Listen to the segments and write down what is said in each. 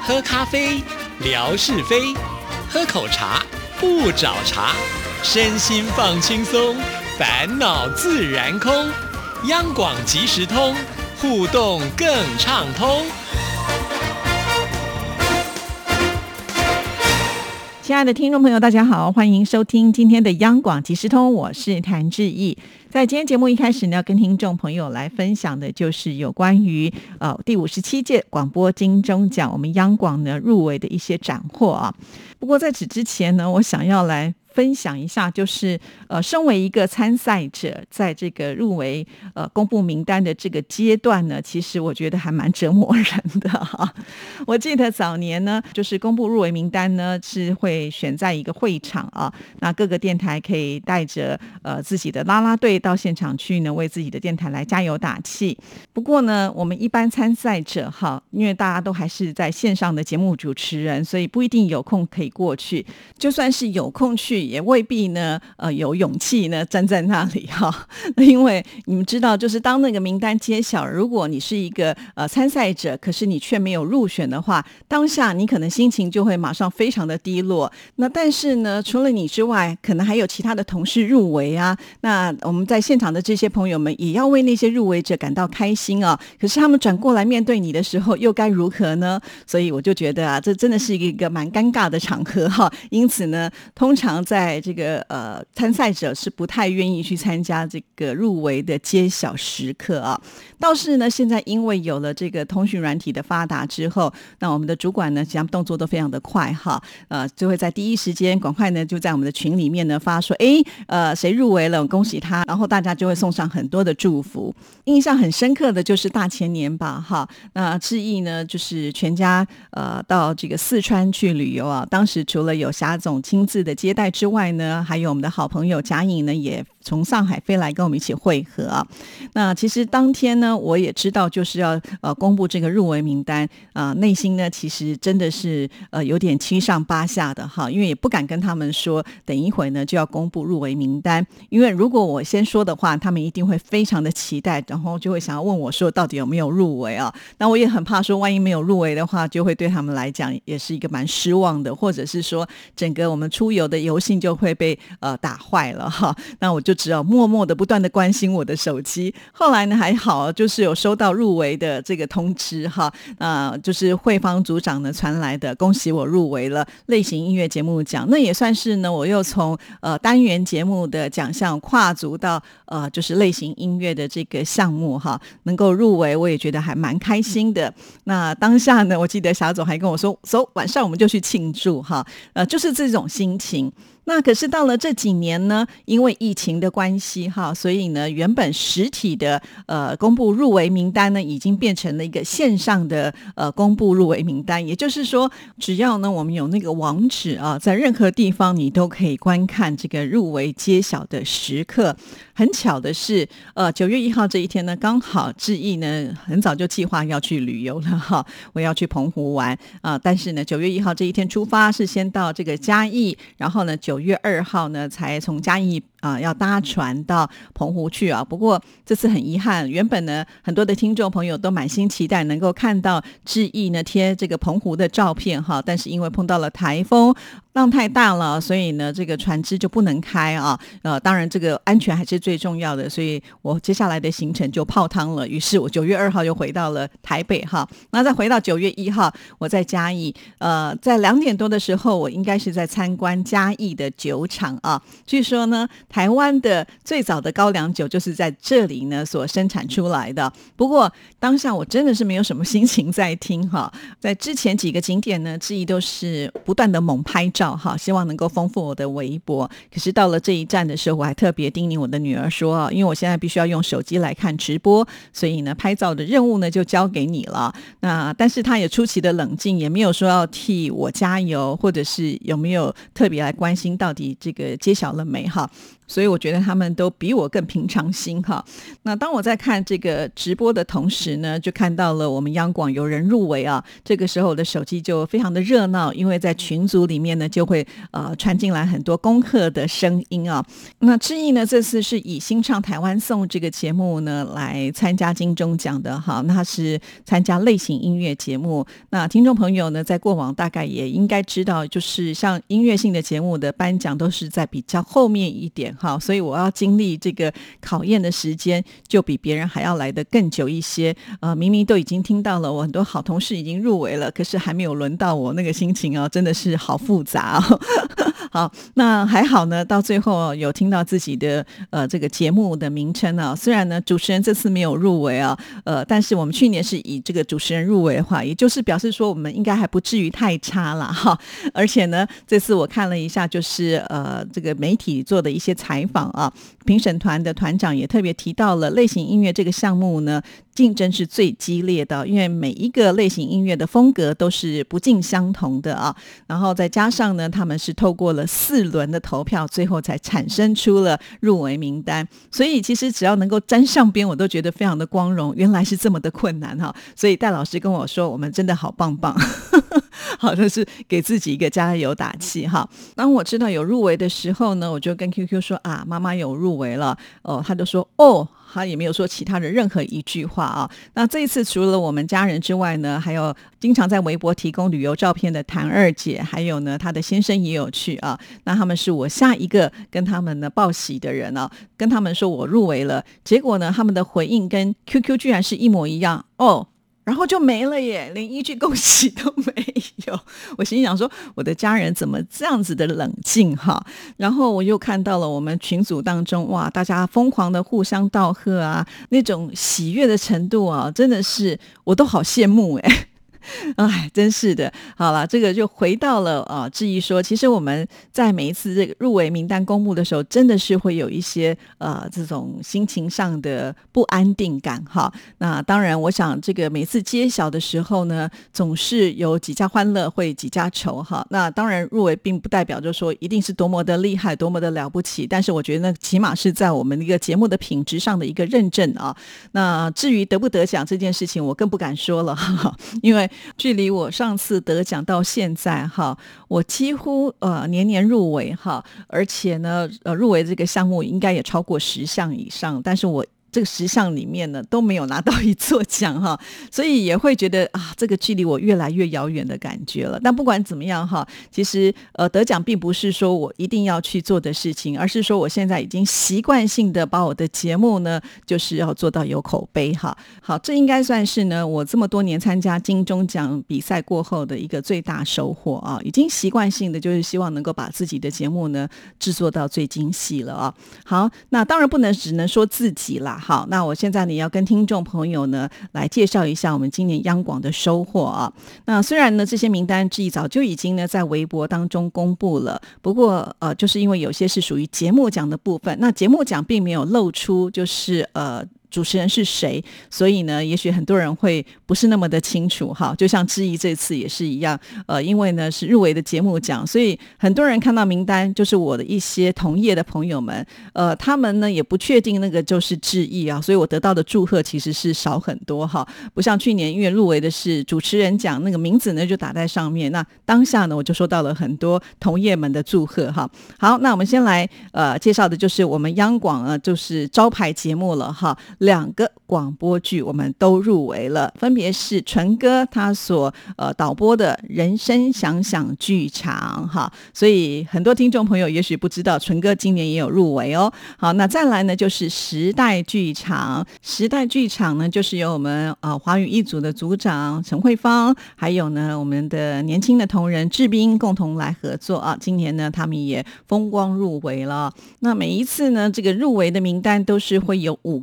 喝咖啡，聊是非；喝口茶，不找茬。身心放轻松，烦恼自然空。央广即时通，互动更畅通。 亲爱的听众朋友大家好，欢迎收听今天的央广即时通，我是谭志毅。在今天节目一开始呢，跟听众朋友来分享的就是有关于第57届广播金钟奖我们央广呢入围的一些斩获啊。不过在此之前呢，我想要来分享一下，就是身为一个参赛者，在这个入围公布名单的这个阶段呢，其实我觉得还蛮折磨人的哈。我记得早年呢，就是公布入围名单呢，是会选在一个会场啊，那各个电台可以带着自己的啦啦队到现场去呢，为自己的电台来加油打气。不过呢，我们一般参赛者哈，因为大家都还是在线上的节目主持人，所以不一定有空可以过去，就算是有空去，也未必呢有勇气呢站在那里哈。因为你们知道，就是当那个名单揭晓，如果你是一个参赛者，可是你却没有入选的话，当下你可能心情就会马上非常的低落。那但是呢，除了你之外，可能还有其他的同事入围啊，那我们在现场的这些朋友们也要为那些入围者感到开心啊。可是他们转过来面对你的时候，又该如何呢？所以我就觉得啊，这真的是一个蛮尴尬的场合哈。因此呢，通常在这个参赛者是不太愿意去参加这个入围的揭晓时刻啊。倒是呢，现在因为有了这个通讯软体的发达之后，那我们的主管呢，其实他们动作都非常的快哈，就会在第一时间赶快呢，就在我们的群里面呢发说，谁入围了，恭喜他，然后大家就会送上很多的祝福。印象很深刻的就是大前年吧哈，那志毅呢就是全家到这个四川去旅游啊，当时除了有霞总亲自的接待之外呢，还有我们的好朋友贾颖呢也从上海飞来跟我们一起会合啊。那其实当天呢，我也知道就是要公布这个入围名单内心呢其实真的是有点七上八下的哈，因为也不敢跟他们说等一会呢就要公布入围名单，因为如果我先说的话，他们一定会非常的期待，然后就会想要问我说到底有没有入围啊。那我也很怕说万一没有入围的话，就会对他们来讲也是一个蛮失望的，或者是说整个我们出游的游兴就会被打坏了哈。那我就只好默默的不断的关心我的手机。后来呢还好，就是有收到入围的这个通知哈，就是会方组长呢传来的，恭喜我入围了类型音乐节目奖。那也算是呢，我又从单元节目的奖项跨足到就是类型音乐的这个项目哈，能够入围，我也觉得还蛮开心的。那当下呢，我记得霞总还跟我说，走，晚上我们就去庆祝哈，就是这种心情。那可是到了这几年呢，因为疫情的关系哈，所以呢，原本实体的公布入围名单呢，已经变成了一个线上的公布入围名单。也就是说，只要呢我们有那个网址啊，在任何地方你都可以观看这个入围揭晓的时刻。很巧的是9月1号这一天呢，刚好志毅呢很早就计划要去旅游了哈，我要去澎湖玩但是呢9月1号这一天出发，是先到这个嘉义，然后呢9月2号呢才从嘉义要搭船到澎湖去啊。不过这次很遗憾，原本呢很多的听众朋友都满心期待能够看到志毅呢贴这个澎湖的照片哈，但是因为碰到了台风，浪太大了，所以呢这个船只就不能开啊。当然这个安全还是最重要的，所以我接下来的行程就泡汤了。于是我9月2号就回到了台北哈，那再回到9月1号，我在嘉义在2点多的时候，我应该是在参观嘉义的酒厂啊。据说呢，台湾的最早的高粱酒就是在这里呢所生产出来的。不过当下我真的是没有什么心情在听哈，在之前几个景点呢，志毅都是不断的猛拍照哈，希望能够丰富我的微博。可是到了这一站的时候，我还特别叮咛我的女儿说，因为我现在必须要用手机来看直播，所以呢拍照的任务呢就交给你了。那但是她也出奇的冷静，也没有说要替我加油，或者是有没有特别来关心到底这个揭晓了没哈。 所以我觉得他们都比我更平常心哈。那当我在看这个直播的同时呢，就看到了我们央广有人入围啊，这个时候我的手机就非常的热闹，因为在群组里面呢就会传进来很多恭贺的声音啊。那志毅呢这次是以新唱台湾颂这个节目呢来参加金钟奖的哈，那他是参加类型音乐节目。那听众朋友呢在过往大概也应该知道，就是像音乐性的节目的颁奖都是在比较后面一点哈，所以我要经历这个考验的时间就比别人还要来得更久一些。明明都已经听到了我很多好同事已经入围了，可是还没有轮到我，那个心情真的是好复杂好，那还好呢，到最后有听到自己的这个节目的名称啊。虽然呢主持人这次没有入围啊，但是我们去年是以这个主持人入围的话，也就是表示说我们应该还不至于太差啦哈。而且呢，这次我看了一下，就是这个媒体做的一些采访啊，评审团的团长也特别提到了类型音乐这个项目呢，竞争是最激烈的，因为每一个类型音乐的风格都是不尽相同的啊。然后再加上呢，他们是透过了4轮的投票，最后才产生出了入围名单。所以其实只要能够沾上边，我都觉得非常的光荣。原来是这么的困难哈，所以戴老师跟我说，我们真的好棒棒。好，就是给自己一个加油打气哈。当我知道有入围的时候呢，我就跟 QQ 说啊，妈妈有入围了他就说他也没有说其他的任何一句话啊。那这一次除了我们家人之外呢，还有经常在微博提供旅游照片的谭二姐，还有呢她的先生也有去啊。那他们是我下一个跟他们呢报喜的人啊，跟他们说我入围了，结果呢他们的回应跟 QQ 居然是一模一样然后就没了耶，连一句恭喜都没有。我心想说，我的家人怎么这样子的冷静哈？然后我又看到了我们群组当中，哇，大家疯狂的互相道贺啊，那种喜悦的程度啊，真的是我都好羡慕哎。哎，真是的。好了，这个就回到了质疑说，其实我们在每一次这个入围名单公布的时候，真的是会有一些这种心情上的不安定感哈。那当然，我想这个每次揭晓的时候呢，总是有几家欢乐会几家愁哈。那当然入围并不代表就说一定是多么的厉害，多么的了不起，但是我觉得那起码是在我们一个节目的品质上的一个认证啊。那至于得不得奖这件事情，我更不敢说了哈，因为距离我上次得奖到现在哈，我几乎年年入围哈，而且呢入围这个项目应该也超过10项以上，但是我这个10项里面呢都没有拿到一座奖哈，所以也会觉得这个距离我越来越遥远的感觉了。但不管怎么样哈，其实得奖并不是说我一定要去做的事情，而是说我现在已经习惯性的把我的节目呢就是要做到有口碑哈。好，这应该算是呢我这么多年参加金钟奖比赛过后的一个最大收获啊，已经习惯性的就是希望能够把自己的节目呢制作到最精细了啊。好，那当然不能只能说自己啦。好，那我现在呢要跟听众朋友呢来介绍一下我们今年央广的收获啊。那虽然呢这些名单志毅早就已经呢在微博当中公布了，不过就是因为有些是属于节目奖的部分，那节目奖并没有露出就是主持人是谁，所以呢也许很多人会不是那么的清楚哈。就像志毅这次也是一样，因为呢是入围的节目奖，所以很多人看到名单，就是我的一些同业的朋友们他们呢也不确定那个就是志毅啊，所以我得到的祝贺其实是少很多哈。不像去年因为入围的是主持人奖，那个名字呢就打在上面，那当下呢我就收到了很多同业们的祝贺哈。好，那我们先来介绍的就是我们央广就是招牌节目了哈。2个广播剧我们都入围了，分别是纯哥他所导播的人生想想剧场哈，所以很多听众朋友也许不知道纯哥今年也有入围哦。好，那再来呢就是时代剧场，时代剧场呢就是由我们华语一组的组长陈慧芳，还有呢我们的年轻的同仁志斌共同来合作啊。今年呢他们也风光入围了。那每一次呢这个入围的名单都是会有5个哈。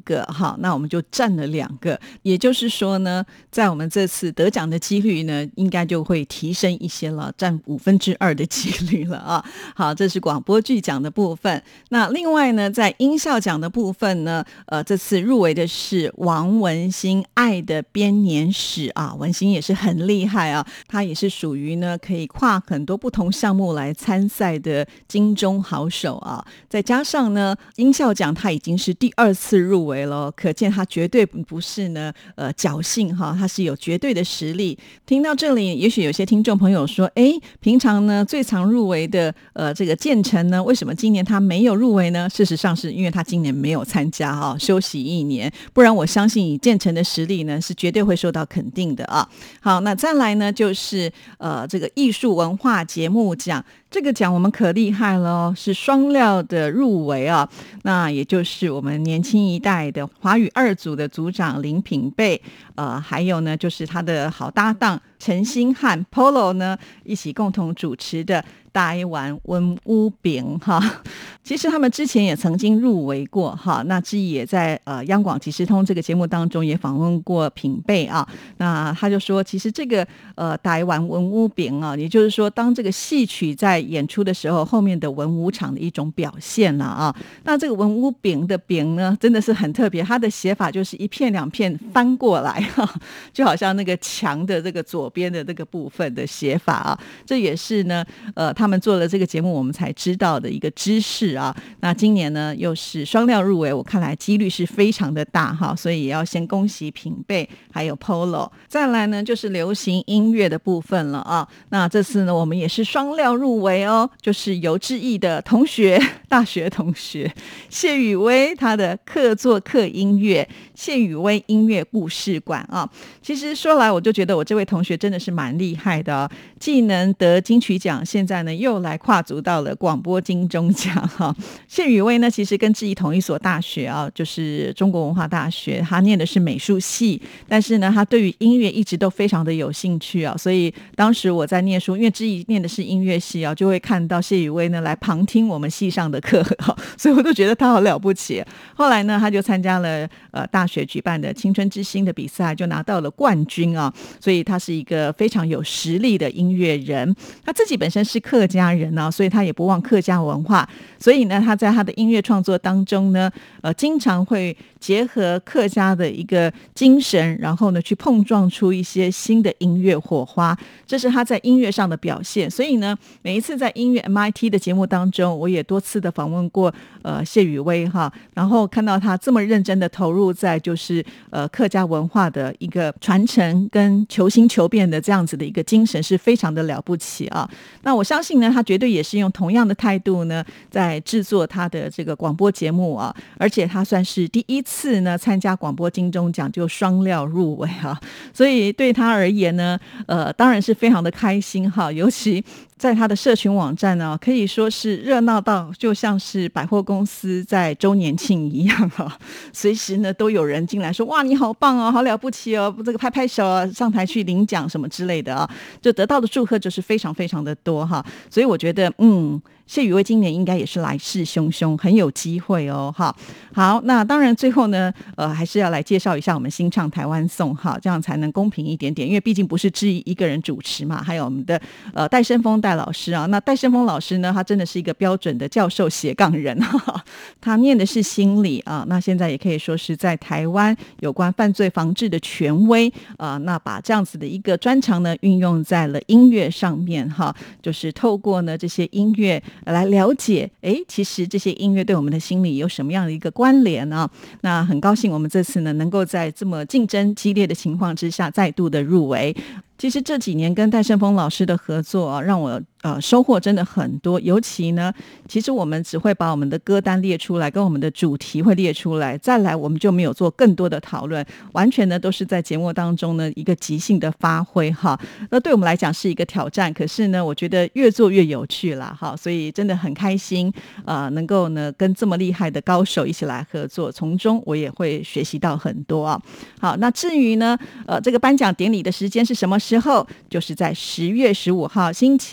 好，那我们就占了2个，也就是说呢，在我们这次得奖的几率呢，应该就会提升一些了，占2/5的几率了啊。好，这是广播剧奖的部分。那另外呢，在音效奖的部分呢，这次入围的是王文兴《爱的编年史》啊，文兴也是很厉害啊，他也是属于呢可以跨很多不同项目来参赛的金钟好手啊。再加上呢，音效奖他已经是第2次入围了，可见他绝对不是呢侥幸哈，他是有绝对的实力。听到这里，也许有些听众朋友说，平常呢最常入围的这个建成呢，为什么今年他没有入围呢？事实上是因为他今年没有参加哈，休息1年，不然我相信以建成的实力呢，是绝对会受到肯定的啊。好，那再来呢，就是这个艺术文化节目奖。这个奖我们可厉害了哦，是双料的入围啊，那也就是我们年轻一代的华语2组的组长林品贝，还有呢就是他的好搭档陈星汉 Polo 呢一起共同主持的台湾文武饼哈。其实他们之前也曾经入围过哈，那志毅也在央广即时通这个节目当中也访问过品贝啊，那他就说其实这个台湾文武饼啊，也就是说当这个戏曲在演出的时候，后面的文武场的一种表现了啊。那这个文武饼的饼呢，真的是很特别，它的写法就是1片2片翻过来哈，就好像那个墙的这个左边的这个部分的写法啊。这也是呢，他们做了这个节目，我们才知道的一个知识啊。那今年呢，又是双料入围，我看来几率是非常的大哈，所以也要先恭喜品贝还有 Polo。再来呢，就是流行音乐的部分了啊。那这次呢，我们也是双料入围哦，就是游志毅的同学，大学同学谢宇威，他的客座课音乐谢宇威音乐故事馆啊。其实说来我就觉得我这位同学真的是蛮厉害的啊，既能得金曲奖，现在呢又来跨足到了广播金钟奖哈。谢宇威呢其实跟志毅同一所大学啊，就是中国文化大学，他念的是美术系，但是呢他对于音乐一直都非常的有兴趣啊，所以当时我在念书，因为志毅念的是音乐系啊，就会看到谢宇威呢来旁听我们系上的课，所以我都觉得他好了不起。后来呢他就参加了大学举办的青春之星的比赛，就拿到了冠军啊，所以他是一个非常有实力的音乐人。他自己本身是客家人啊，所以他也不忘客家文化，所以呢他在他的音乐创作当中呢经常会结合客家的一个精神，然后呢去碰撞出一些新的音乐火花，这是他在音乐上的表现。所以呢每一次在音乐 MIT 的节目当中，我也多次的访问过谢宇威哈，然后看到他这么认真的投入在就是客家文化的一个传承跟求新求变的这样子的一个精神，是非常的了不起啊。那我相信呢他绝对也是用同样的态度呢在制作他的这个广播节目啊，而且他算是第1次呢参加广播金钟奖就双料入围啊，所以对他而言呢当然是非常的开心哈。尤其在他的社群网站呢，可以说是热闹到就像是百货公司在周年庆一样哈，随时呢都有人进来说哇你好棒哦，好了不起哦，这个拍拍手啊，上台去领奖什么之类的啊，就得到的祝贺就是非常非常的多哈。所以我觉得谢宇威今年应该也是来势汹汹，很有机会哦哈。好，那当然最后呢还是要来介绍一下我们新唱台湾颂哈，这样才能公平一点点，因为毕竟不是志毅一个人主持嘛，还有我们的戴胜峰戴老师啊。那戴胜峰老师呢，他真的是一个标准的教授斜杠人哈，他念的是心理啊，那现在也可以说是在台湾有关犯罪防治的权威那把这样子的一个专长呢运用在了音乐上面哈，就是透过呢这些音乐来了解其实这些音乐对我们的心理有什么样的一个关联啊。那很高兴我们这次呢能够在这么竞争激烈的情况之下再度的入围。其实这几年跟戴胜峰老师的合作让我收获真的很多，尤其呢其实我们只会把我们的歌单列出来，跟我们的主题会列出来，再来我们就没有做更多的讨论，完全呢都是在节目当中呢一个即兴的发挥哈。那对我们来讲是一个挑战，可是呢我觉得越做越有趣啦哈，所以真的很开心能够呢跟这么厉害的高手一起来合作，从中我也会学习到很多啊。好，那至于呢这个颁奖典礼的时间是什么时候，就是在10月15号星期六的晚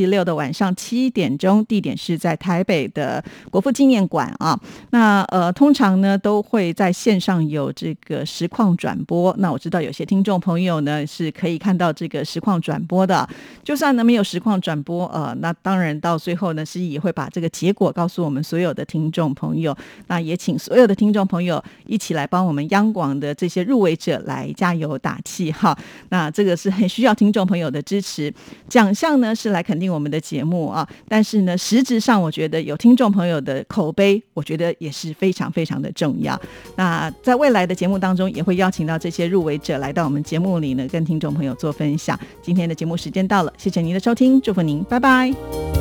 晚上7点钟，地点是在台北的国父纪念馆啊。那通常呢都会在线上有这个实况转播。那我知道有些听众朋友呢是可以看到这个实况转播的，就算呢没有实况转播，那当然到最后呢，诗怡也会把这个结果告诉我们所有的听众朋友。那也请所有的听众朋友一起来帮我们央广的这些入围者来加油打气哈。那这个是很需要听众朋友的支持。奖项呢是来肯定我们的节目啊，但是呢实质上我觉得有听众朋友的口碑，我觉得也是非常非常的重要。那在未来的节目当中也会邀请到这些入围者来到我们节目里呢，跟听众朋友做分享。今天的节目时间到了，谢谢您的收听，祝福您，拜拜。